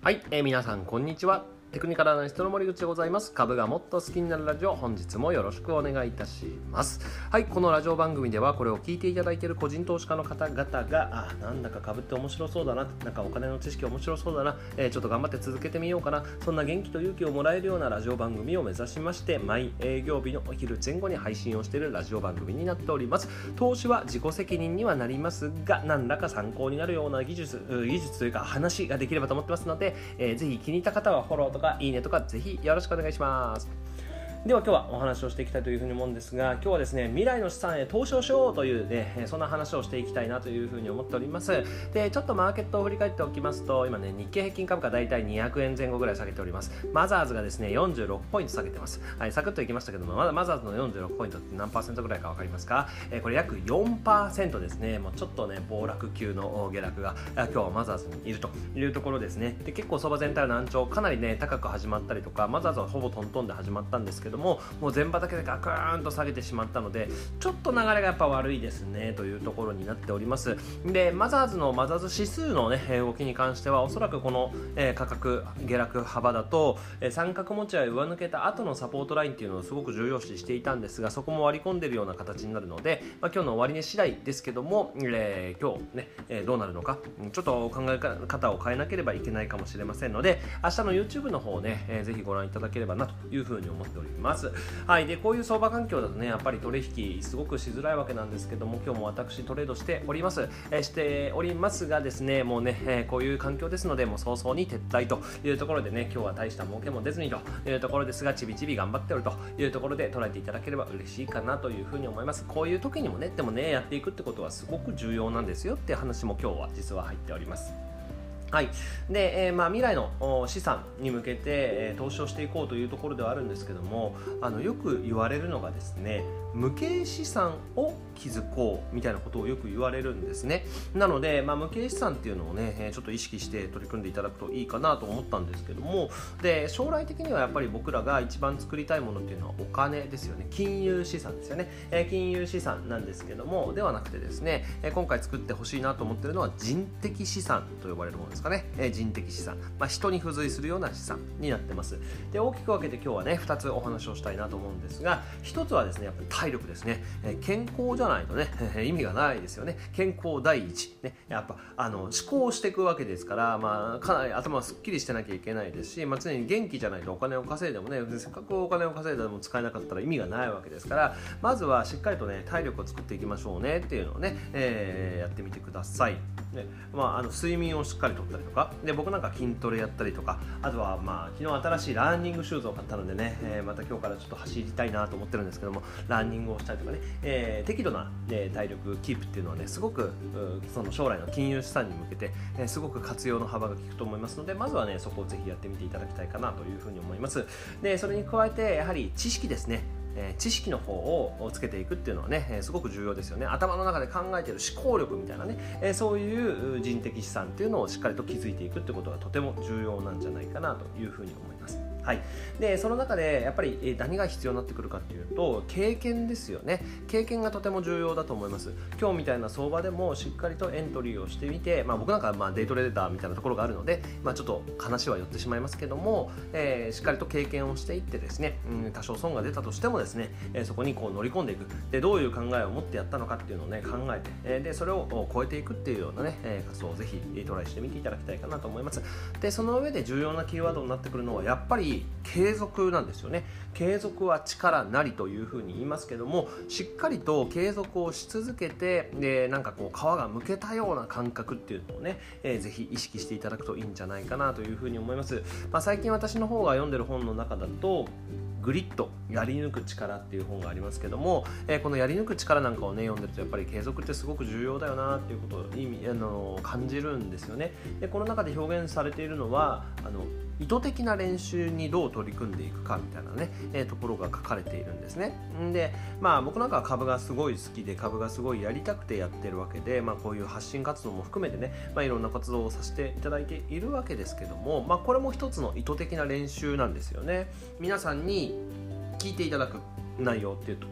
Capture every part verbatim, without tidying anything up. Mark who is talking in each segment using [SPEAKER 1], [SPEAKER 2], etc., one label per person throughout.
[SPEAKER 1] はい、えー、皆さんこんにちは。テクニカルアナリストの森口でございます。株がもっと好きになるラジオ、本日もよろしくお願いいたします。はい、このラジオ番組ではこれを聞いていただいている個人投資家の方々が、あ、なんだか株って面白そうだな、なんかお金の知識面白そうだな、えー、ちょっと頑張って続けてみようかな、そんな元気と勇気をもらえるようなラジオ番組を目指しまして、毎営業日のお昼前後に配信をしているラジオ番組になっております。投資は自己責任にはなりますが、何らか参考になるような技術、技術というか話ができればと思ってますので、えー、ぜひ気に入った方はフォローとかいいねとかぜひよろしくお願いします。では今日はお話をしていきたいというふうに思うんですが、今日はですね、未来の資産へ投資をしようというね、そんな話をしていきたいなというふうに思っております。で、ちょっとマーケットを振り返っておきますと、今ね、日経平均株価だいたいにひゃくえんぜん後ぐらい下げております。マザーズがですね、よんじゅうろくポイント下げてます。はい、サクッといきましたけども、まだマザーズのよんじゅうろくポイントって何パーセントぐらいかわかりますか？えー、これ約 よんパーセント ですね。もうちょっとね、暴落級の下落が今日はマザーズにいるというところですね。で、結構相場全体の難聴、かなりね、高く始まったりとか、マザーズはほぼトントンで始まったんですけども、もう全場だけでガクーンと下げてしまったので、ちょっと流れがやっぱ悪いですねというところになっております。で、マザーズのマザーズ指数のね動きに関しては、おそらくこの、えー、価格下落幅だと、えー、三角持ち合い上抜けた後のサポートラインっていうのをすごく重要視していたんですが、そこも割り込んでいるような形になるので、まあ、今日の終値次第ですけども、えー、今日ね、えー、どうなるのかちょっと考え方を変えなければいけないかもしれませんので、明日の YouTube の方をね、えー、ぜひご覧いただければなというふうに思っております。はい。で、こういう相場環境だとね、やっぱり取引すごくしづらいわけなんですけども、今日も私トレードしております、えー、しておりますがですね、もうね、えー、こういう環境ですので、もう早々に撤退というところでね、今日は大した儲けも出ずにというところですが、ちびちび頑張っておるというところで捉えていただければ嬉しいかなというふうに思います。こういう時にもね、でもね、やっていくってことはすごく重要なんですよっていう話も今日は実は入っております。はい。で、えーまあ、未来の資産に向けて、えー、投資をしていこうというところではあるんですけども、あのよく言われるのがですね、無形資産を築こうみたいなことをよく言われるんですね。なので、まあ、無形資産っていうのをね、ちょっと意識して取り組んでいただくといいかなと思ったんですけども、で、将来的にはやっぱり僕らが一番作りたいものっていうのはお金ですよね。金融資産ですよね。えー、金融資産なんですけども、ではなくてですね、今回作ってほしいなと思っているのは人的資産と呼ばれるものですかね。えー、人的資産、まあ、人に付随するような資産になってます。で、大きく分けて今日はね、ふたつお話をしたいなと思うんですが、ひとつはですね、やっぱり体力ですね。えー、健康じゃないとね、えー、意味がないですよね。健康第一、ね、やっぱあの思考していくわけですから、まあ、かなり頭がすっきりしてなきゃいけないですし、まあ、常に元気じゃないとお金を稼いでもね、せっかくお金を稼いでも使えなかったら意味がないわけですから、まずはしっかりとね、体力を作っていきましょうねっていうのをね、えー、やってみてください。ね、まあ、あの睡眠をしっかりとったりとかで、僕なんか筋トレやったりとか、あとはまあ昨日新しいランニングシューズを買ったのでね、えー、また今日からちょっと走りたいなと思ってるんですけども、ランニングをしたりとかね、えー、適度な、ね、体力キープっていうのはね、すごくその将来の金融資産に向けて、えー、すごく活用の幅が効くと思いますので、まずはね、そこをぜひやってみていただきたいかなというふうに思います。で、それに加えてやはり知識ですね。えー、知識の方をつけていくっていうのはね、えー、すごく重要ですよね。頭の中で考えている思考力みたいなね、えー、そういう人的資産っていうのをしっかりと築いていくってことがとても重要なんじゃないかなというふうに思います。はい。で、その中でやっぱり何が必要になってくるかっていうと、経験ですよね。経験がとても重要だと思います。今日みたいな相場でもしっかりとエントリーをしてみて、まあ、僕なんかまあデイトレーダーみたいなところがあるので、まあ、ちょっと話は寄ってしまいますけども、えー、しっかりと経験をしていってですね、うん、多少損が出たとしてもですね、えー、そこにこう乗り込んでいく。で、どういう考えを持ってやったのかっていうのをね、考えて、えー、でそれを超えていくっていうようなね、えー、活動をぜひトライしてみていただきたいかなと思います。で、その上で重要なキーワードになってくるのはやっぱり継続なんですよね。継続は力なりというふうに言いますけども、しっかりと継続をし続けて、でなんかこう皮がむけたような感覚っていうのをね、えー、ぜひ意識していただくといいんじゃないかなというふうに思います。まあ、最近私の方が読んでる本の中だと、グリッド、やり抜く力っていう本がありますけども、えー、このやり抜く力なんかをね読んでると、やっぱり継続ってすごく重要だよなっていうことを意味あの感じるんですよね。で、この中で表現されているのは、あの意図的な練習にどう取り組んでいくかみたいなね、えー、ところが書かれているんですね。で、まあ僕なんかは株がすごい好きで、株がすごいやりたくてやってるわけで、まあこういう発信活動も含めてね、まあいろんな活動をさせていただいているわけですけども、まあこれも一つの意図的な練習なんですよね。皆さんに聞いていただく内容っていうと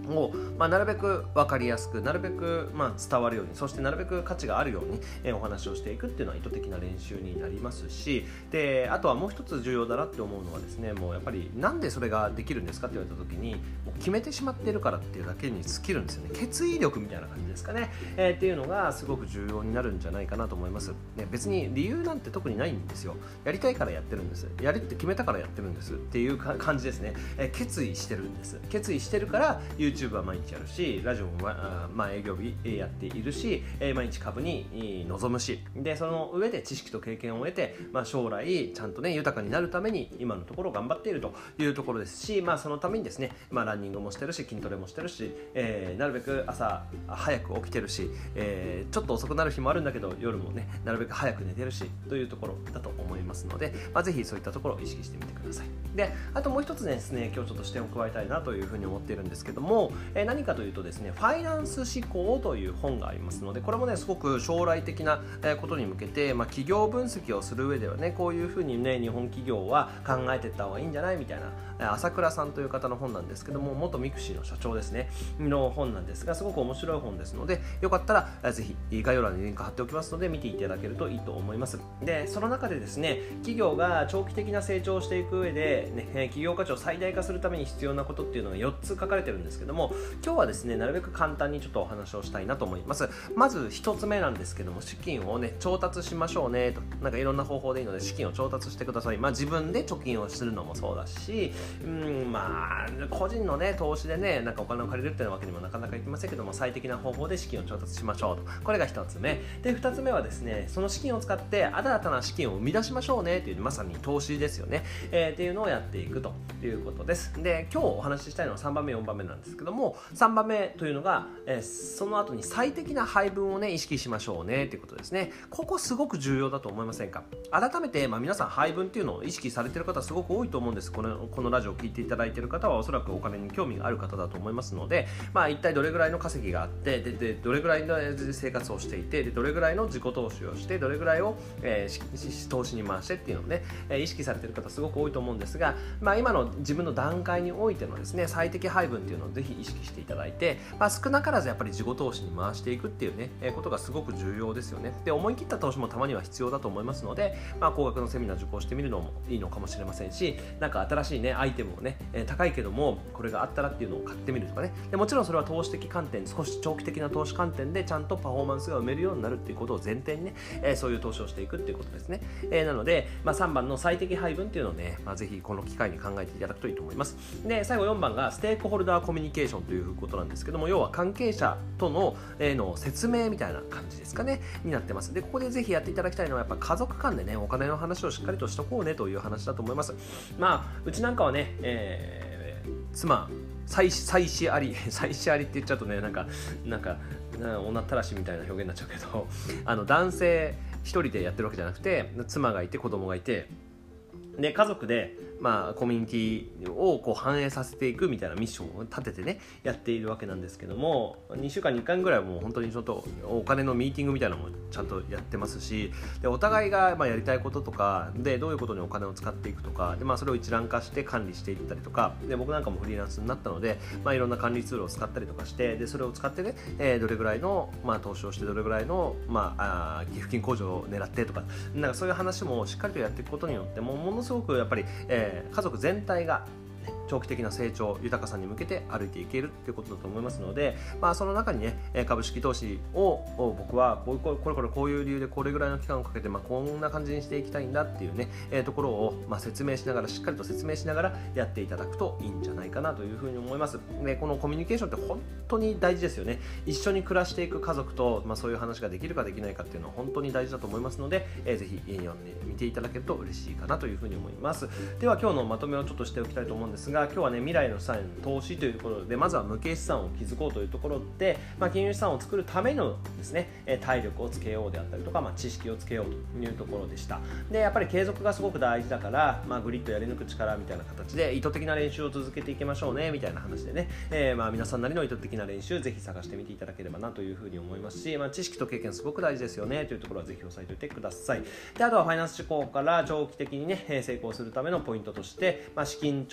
[SPEAKER 1] を、まあ、なるべく分かりやすくなるべく、まあ、伝わるように、そしてなるべく価値があるように、えー、お話をしていくっていうのは意図的な練習になりますし、であとはもう一つ重要だなって思うのはですね、もうやっぱりなんでそれができるんですかって言われた時に、もう決めてしまっているからっていうだけに尽きるんですよね。決意力みたいな感じですかね、えー、っていうのがすごく重要になるんじゃないかなと思います、ね、別に理由なんて特にないんですよ。やりたいからやってるんです、やるって決めたからやってるんですっていう感じですね、えー、決意してるんです。決意してるから YouTube は毎日やるし、ラジオも、まあまあ、営業日やっているし、毎日株に臨むし、でその上で知識と経験を得て、まあ、将来ちゃんとね豊かになるために今のところ頑張っているというところですし、まあ、そのためにですね、まあ、ランニングもしてるし筋トレもしてるし、えー、なるべく朝早く起きてるし、えー、ちょっと遅くなる日もあるんだけど夜もねなるべく早く寝てるしというところだと思いますので、まあ、ぜひそういったところを意識してみてください。であともう一つですね、今日ちょっと視点を加えたいなというふうに思っているんですけども、えー、何かというとですね、ファイナンス思考という本がありますので、これもねすごく将来的なことに向けて、まあ、企業分析をする上ではね、こういうふうにね日本企業は考えていった方がいいんじゃないみたいな、朝倉さんという方の本なんですけども、元ミクシーの社長ですねの本なんですが、すごく面白い本ですので、よかったらぜひ概要欄にリンク貼っておきますので見ていただけるといいと思います。でその中でですね、企業が長期的な成長をしていく上で、ね、企業価値を最大化するために必要なことっていうのがよっつ書かれてるんですけども、今日はですねなるべく簡単にちょっとお話をしたいなと思います。まずひとつめなんですけども、資金をね調達しましょうねと、なんかいろんな方法でいいので資金を調達してください。まあ自分で貯金をするのもそうだし、うん、まあ個人のね投資でねなんかお金を借りるっていうわけにもなかなかいきませんけども、最適な方法で資金を調達しましょうと、これがひとつめで、ふたつめはですね、その資金を使って新たな資金を生み出しましょうねという、まさに投資ですよね、えー、っていうのをやっていくということです。で今日お話ししたいのはさんばんめよんばんめなんですけども、さんばんめというのが、えー、その後に最適な配分をね意識しましょうねということですね。ここすごく重要だと思いませんか。改めて、まあ、皆さん配分っていうのを意識されている方すごく多いと思うんです。この、このラジオを聞いていただいている方はおそらくお金に興味がある方だと思いますので、まあ、一体どれぐらいの稼ぎがあって、ででどれぐらいの生活をしていて、でどれぐらいの自己投資をして、どれぐらいを、えー、投資に回してっていうのをね、えー、意識されている方すごく多いと思うんですが、まあ、今の自分の段階においてのですね最適配分っていうのをぜひ意識していただいて、まあ、少なからずやっぱり自己投資に回していくっていうね、えー、ことがすごく重要ですよね。で思い切った投資もたまには必要だと思いますので、まあ、高額のセミナー受講してみるのもいいのかもしれませんし、なんか新しいねアイテムをね、えー、高いけどもこれがあったらっていうのを買ってみるとかね。でもちろんそれは投資的観点、少し長期的な投資観点でちゃんとパフォーマンスが埋めるようになるっていうことを前提にね、えー、そういう投資をしていくっていうことですね。えー、なので、まあ、さんばんの最適配分っていうのをね、まあ、ぜひこの機会に考えていただくといいと思います。で最後よんばんがステークホルダーコミュニケーションということなんですけども、要は関係者との、えー、の説明みたいな感じですかねになってます。でここでぜひやっていただきたいのはやっぱ家族間でねお金の話をしっかりとしとこうねという話だと思います。まあうちなんかはね、えー、妻妻子あり妻子ありって言っちゃうとねなんかなんか女ったらしみたいな表現になっちゃうけど、あの男性一人でやってるわけじゃなくて、妻がいて子供がいて、で家族で、まあ、コミュニティをこう反映させていくみたいなミッションを立ててねやっているわけなんですけども、にしゅうかんにいっかいぐらいはもう本当にちょっとお金のミーティングみたいなのもちゃんとやってますし、でお互いがまあやりたいこととかでどういうことにお金を使っていくとかで、まあ、それを一覧化して管理していったりとかで、僕なんかもフリーランスになったので、まあ、いろんな管理ツールを使ったりとかして、でそれを使ってね、えー、どれぐらいの、まあ、投資をしてどれぐらいの、まあ、あ寄付金控除を狙ってとか、なんかそういう話もしっかりとやっていくことによってもうものすごくやっぱり、えー、家族全体が長期的な成長豊かさに向けて歩いていけるということだと思いますので、まあ、その中にね株式投資を僕はこうこれこれこういう理由でこれぐらいの期間をかけて、まあ、こんな感じにしていきたいんだっていうね、えー、ところを、まあ、説明しながらしっかりと説明しながらやっていただくといいんじゃないかなというふうに思います。でこのコミュニケーションって本当に大事ですよね。一緒に暮らしていく家族と、まあ、そういう話ができるかできないかっていうのは本当に大事だと思いますので、えー、ぜひ読んでみていただけると嬉しいかなというふうに思います。では今日のまとめをちょっとしておきたいと思うんですが、今日はね未来の資産への投資というところで、まずは無形資産を築こうというところで、まあ、金融資産を作るためのですね体力をつけようであったりとか、まあ、知識をつけようというところでした。でやっぱり継続がすごく大事だから、まあ、グリッドやり抜く力みたいな形で意図的な練習を続けていきましょうねみたいな話でね、えー、まあ皆さんなりの意図的な練習ぜひ探してみていただければなというふうに思いますし、まあ、知識と経験すごく大事ですよねというところはぜひ押さえておいてください。であとはファイナンス思考から長期的にね成功するためのポイントとして、まあ、資金調達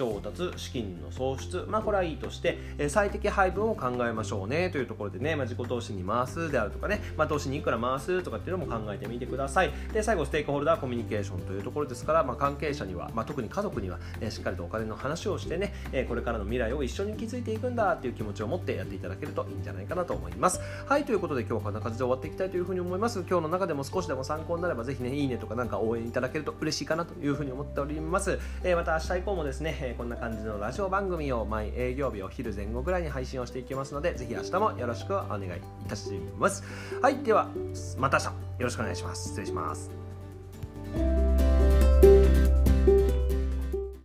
[SPEAKER 1] 出、資金の創出、まあこれはいいとして、えー、最適配分を考えましょうねというところでね、まあ、自己投資に回すであるとかね、まあ、投資にいくら回すとかっていうのも考えてみてください。で最後ステークホルダーコミュニケーションというところですから、まあ、関係者には、まあ、特に家族には、えー、しっかりとお金の話をしてね、えー、これからの未来を一緒に築いていくんだっていう気持ちを持ってやっていただけるといいんじゃないかなと思います。はい、ということで今日はこんな感じで終わっていきたいというふうに思います。今日の中でも少しでも参考になればぜひねいいねとかなんか応援いただけると嬉しいかなというふうに思っております。えー、また明日以降もですね、えー、こんな感じのラジオ番組を毎営業日お昼前後ぐらいに配信をしていきますので、ぜひ明日もよろしくお願いいたします。はい、ではまた明日よろしくお願いします。失礼します。